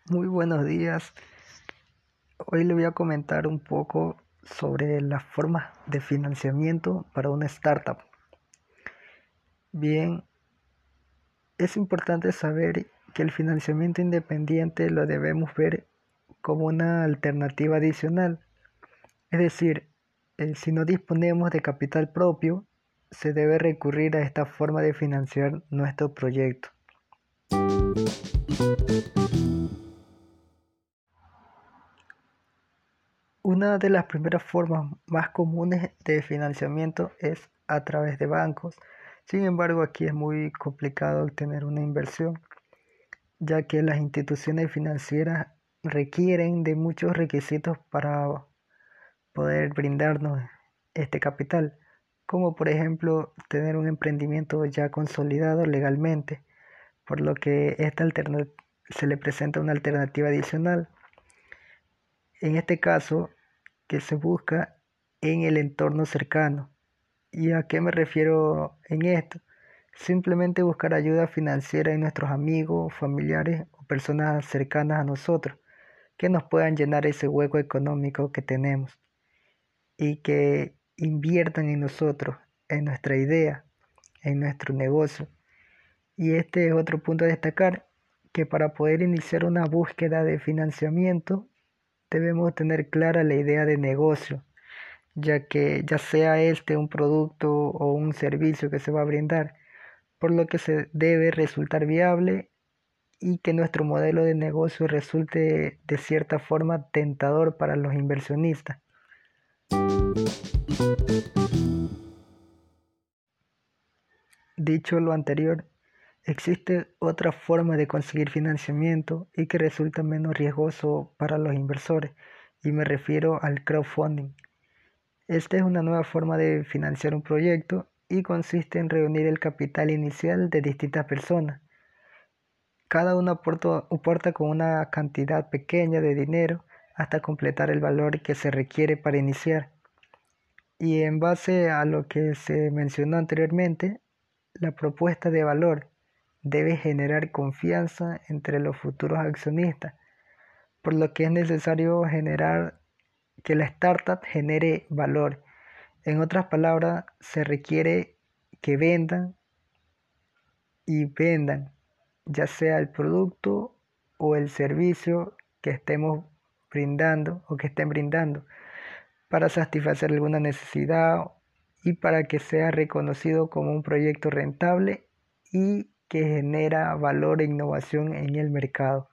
Muy buenos días. Hoy le voy a comentar un poco sobre las formas de financiamiento para una startup. Bien, es importante saber que el financiamiento independiente lo debemos ver como una alternativa adicional. Es decir, si no disponemos de capital propio, se debe recurrir a esta forma de financiar nuestro proyecto. Una de las primeras formas más comunes de financiamiento es a través de bancos. Sin embargo, aquí es muy complicado obtener una inversión, ya que las instituciones financieras requieren de muchos requisitos para poder brindarnos este capital, como por ejemplo tener un emprendimiento ya consolidado legalmente, por lo que se le presenta una alternativa adicional. En este caso, que se busca en el entorno cercano. ¿Y a qué me refiero en esto? Simplemente buscar ayuda financiera en nuestros amigos, familiares o personas cercanas a nosotros que nos puedan llenar ese hueco económico que tenemos y que inviertan en nosotros, en nuestra idea, en nuestro negocio. Y este es otro punto a destacar, que para poder iniciar una búsqueda de financiamiento debemos tener clara la idea de negocio, ya que ya sea este un producto o un servicio que se va a brindar, por lo que se debe resultar viable y que nuestro modelo de negocio resulte de cierta forma tentador para los inversionistas. Dicho lo anterior, existe otra forma de conseguir financiamiento y que resulta menos riesgoso para los inversores, y me refiero al crowdfunding. Esta es una nueva forma de financiar un proyecto y consiste en reunir el capital inicial de distintas personas. Cada uno aporta con una cantidad pequeña de dinero hasta completar el valor que se requiere para iniciar. Y en base a lo que se mencionó anteriormente, la propuesta de valor debe generar confianza entre los futuros accionistas, por lo que es necesario generar que la startup genere valor. En otras palabras, se requiere que vendan, ya sea el producto o el servicio que estemos brindando o que estén brindando, para satisfacer alguna necesidad y para que sea reconocido como un proyecto rentable y que genera valor e innovación en el mercado.